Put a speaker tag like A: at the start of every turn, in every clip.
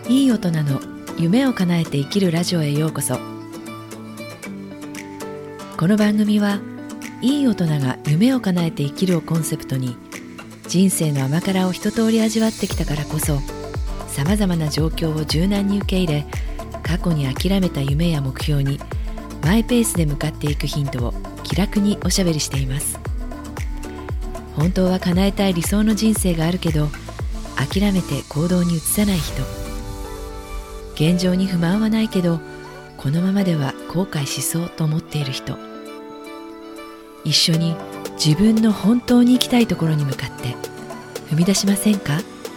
A: いい大人の夢を叶えて生きるラジオへようこそ。この番組はいい大人が夢を叶えて生きるをコンセプトに、人生の甘辛を一通り味わってきたからこそ、さまざまな状況を柔軟に受け入れ、過去に諦めた夢や目標にマイペースで向かっていくヒントを気楽におしゃべりしています。本当は叶えたい理想の人生があるけど、諦めて行動に移さない人、現状に不満はないけどこのままでは後悔しそうと思っている人、一緒に自分の本当に行きたいところに向かって踏み出しませんか？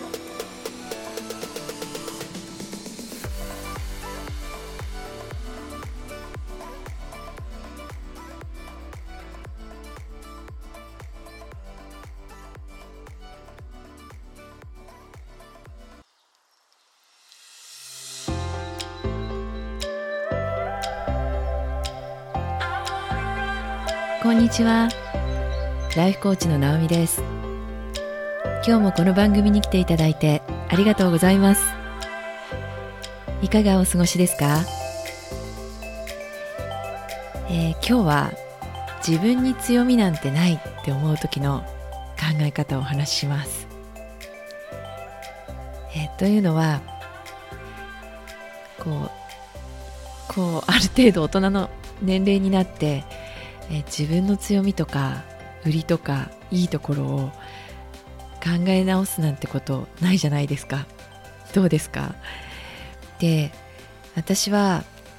A: こんにちは。ライフコーチの直美です。今日もこの番組に来ていただいてありがとうございます。いかがお過ごしですか？今日は自分に強みなんてないって思う時の考え方をお話しします。というのはこうある程度大人の年齢になって自分の強みとか売りとかいいところを考え直すなんてことないじゃないですか。どうですか？で、私は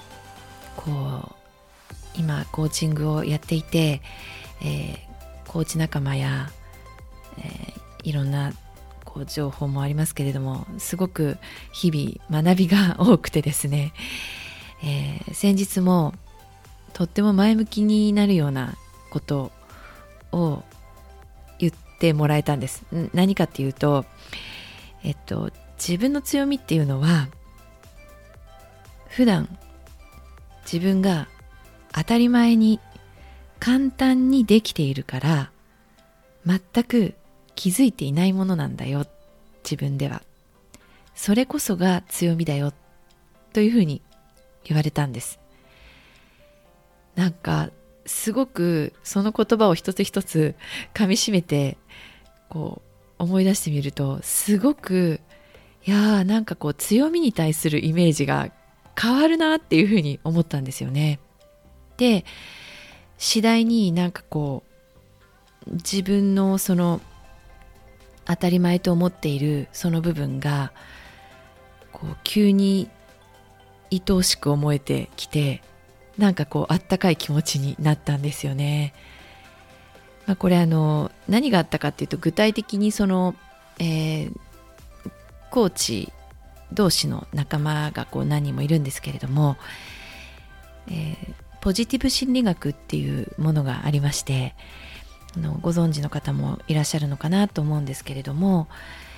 A: 今コーチングをやっていて、コーチ仲間や、いろんな情報もありますけれども、すごく日々学びが多くてですね、先日もとっても前向きになるようなことを言ってもらえたんです。何かっていうと、自分の強みっていうのは普段自分が当たり前に簡単にできているから全く気づいていないものなんだよ、自分では。それこそが強みだよというふうに言われたんです。なんかすごくその言葉を一つ一つ噛み締めて思い出してみると、すごくなんか強みに対するイメージが変わるなっていうふうに思ったんですよね。で、次第になんか自分のその当たり前と思っているその部分が急に愛おしく思えてきて、なんかあったかい気持ちになったんですよね。これ何があったかっていうと、具体的にコーチ同士の仲間が何人もいるんですけれども、ポジティブ心理学っていうものがありまして、ご存知の方もいらっしゃるのかなと思うんですけれども、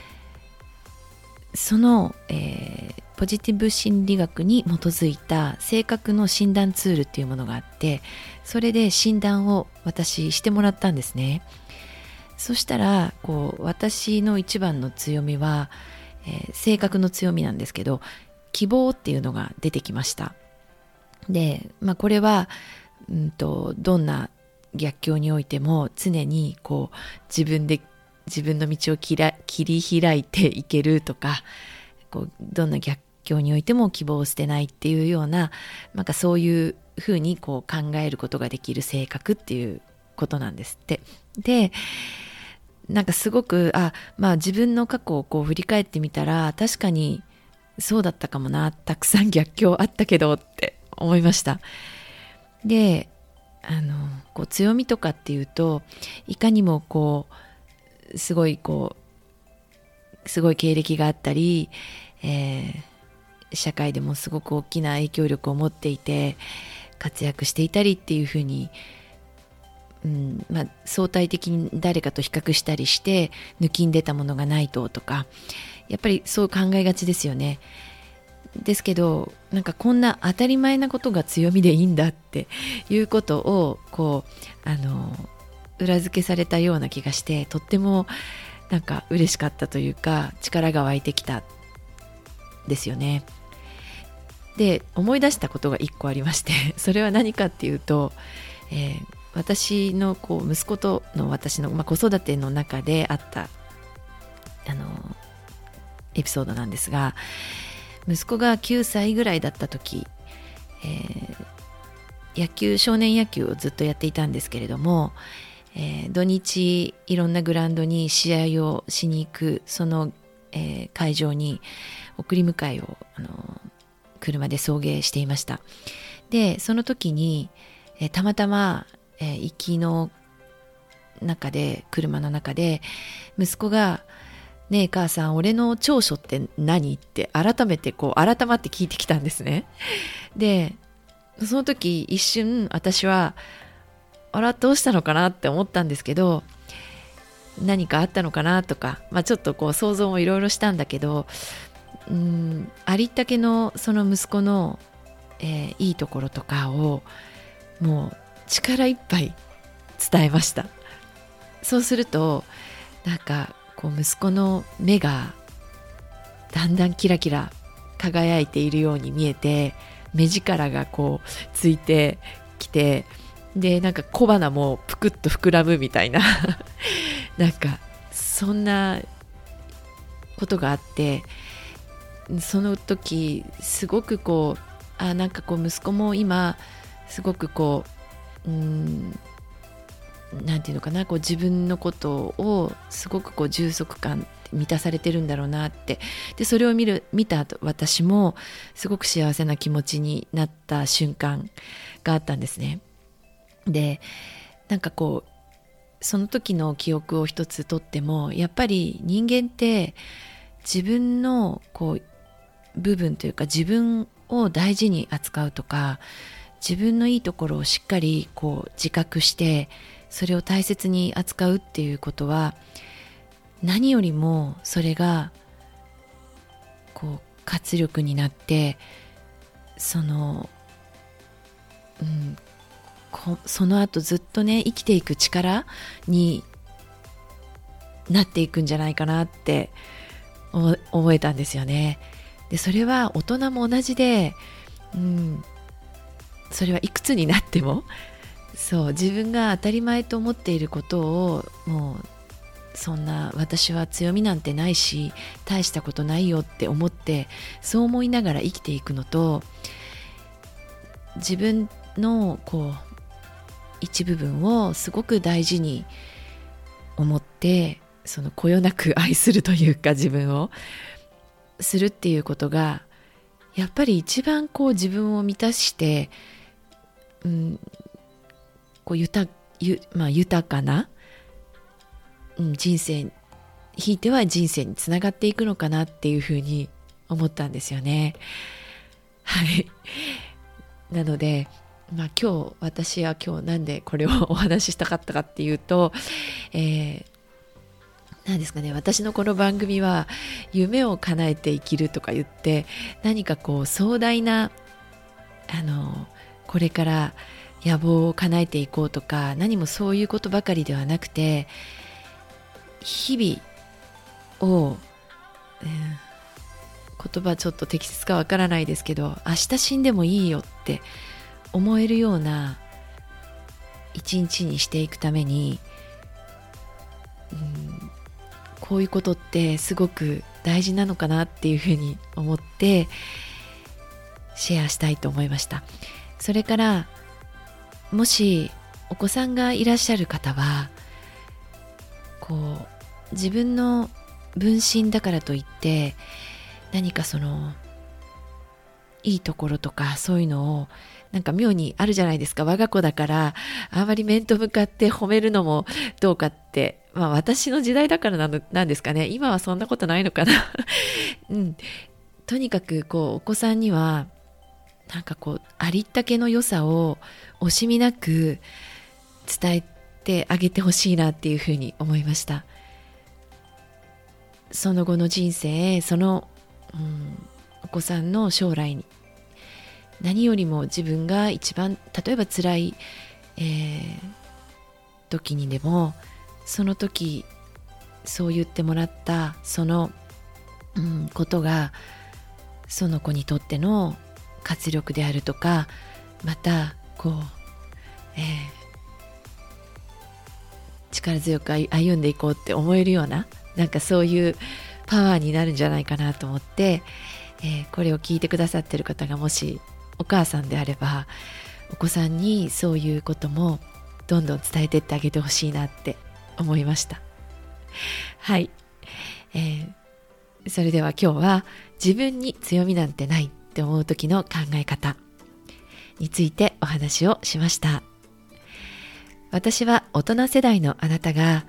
A: その、ポジティブ心理学に基づいた性格の診断ツールっていうものがあって、それで診断を私してもらったんですね。そしたら私の一番の強みは、性格の強みなんですけど、希望っていうのが出てきました。で、これはどんな逆境においても常に自分の道を切り開いていけるとか、どんな逆境においても希望を捨てないっていうような、そういうふうに考えることができる性格っていうことなんですって。で、なんかすごく自分の過去を振り返ってみたら、確かにそうだったかもな、たくさん逆境あったけどって思いました。で、強みとかっていうと、いかにもすごい経歴があったり、社会でもすごく大きな影響力を持っていて活躍していたりっていうふうに、相対的に誰かと比較したりして抜きん出たものがないとか、やっぱりそう考えがちですよね。ですけど、なんかこんな当たり前なことが強みでいいんだっていうことを裏付けされたような気がして、とってもなんか嬉しかったというか、力が湧いてきたですよね。で思い出したことが一個ありまして、それは何かっていうと、私の息子との私の、子育ての中であったエピソードなんですが、息子が9歳ぐらいだった時、少年野球をずっとやっていたんですけれども、土日いろんなグラウンドに試合をしに行くその、会場に送り迎えを車で送迎していました。でその時に、たまたま、行きの中で車の中で息子がねえ母さん、俺の長所って何って改まって聞いてきたんですね。でその時一瞬私はどうしたのかなって思ったんですけど、何かあったのかなとか、ちょっと想像もいろいろしたんだけど、ありったけのその息子の、いいところとかをもう力いっぱい伝えました。そうすると息子の目がだんだんキラキラ輝いているように見えて、目力がついてきて、で小鼻もぷくっと膨らむみたいなそんなことがあって、その時すごく息子も今すごくなんていうのかな、自分のことをすごく充足感満たされてるんだろうなって。でそれを見た後、私もすごく幸せな気持ちになった瞬間があったんですね。でその時の記憶を一つとっても、やっぱり人間って自分の部分というか、自分を大事に扱うとか、自分のいいところをしっかり自覚してそれを大切に扱うっていうことは、何よりもそれが活力になって、その後ずっとね生きていく力になっていくんじゃないかなって思えたんですよね。でそれは大人も同じで、それはいくつになっても自分が当たり前と思っていることを、もうそんな私は強みなんてないし大したことないよって思って、そう思いながら生きていくのと、自分の一部分をすごく大事に思って、そのこよなく愛するというか、自分をするっていうことがやっぱり一番自分を満たして、豊かな、人生、ひいては人生につながっていくのかなっていうふうに思ったんですよね。はい。なので、私は今日なんでこれをお話ししたかったかっていうと、何ですかね、私のこの番組は夢を叶えて生きるとか言って、何か壮大なこれから野望を叶えていこうとか、何もそういうことばかりではなくて、日々を、言葉ちょっと適切かわからないですけど、明日死んでもいいよって思えるような一日にしていくために、こういうことってすごく大事なのかなっていうふうに思ってシェアしたいと思いました。それからもしお子さんがいらっしゃる方は、自分の分身だからといって何かいいところとかそういうのを妙にあるじゃないですか。我が子だからあまり面と向かって褒めるのもどうかって、私の時代だからなんですかね。今はそんなことないのかな、とにかくお子さんにはありったけの良さを惜しみなく伝えてあげてほしいなっていうふうに思いました。その後の人生、お子さんの将来に何よりも自分が一番例えば辛い、時にでもその時そう言ってもらったその、ことがその子にとっての活力であるとか、また力強く歩んでいこうって思えるような、なんかそういうパワーになるんじゃないかなと思って、これを聞いてくださってる方がもしお母さんであれば、お子さんにそういうこともどんどん伝えてってあげてほしいなって思いました。はい、それでは今日は自分に強みなんてないって思う時の考え方についてお話をしました。私は大人世代のあなたが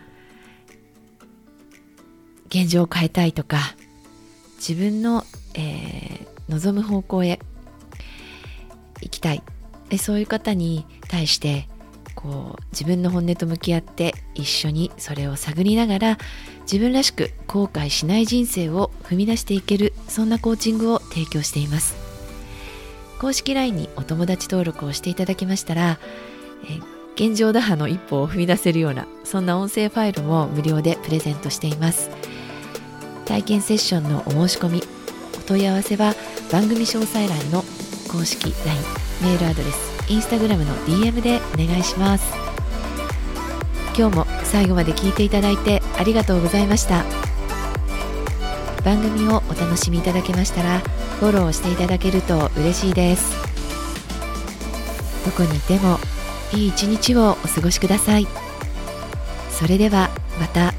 A: 現状を変えたいとか、自分の、望む方向へ行きたい、そういう方に対して自分の本音と向き合って一緒にそれを探りながら、自分らしく後悔しない人生を踏み出していける、そんなコーチングを提供しています。公式 LINE にお友達登録をしていただきましたら、現状打破の一歩を踏み出せるような、そんな音声ファイルも無料でプレゼントしています。体験セッションのお申し込み、お問い合わせは番組詳細欄の公式 LINE、メールアドレス、Instagram の DM でお願いします。今日も最後まで聞いていただいてありがとうございました。番組をお楽しみいただけましたら、フォローしていただけると嬉しいです。どこにいてもいい一日をお過ごしください。それではまた。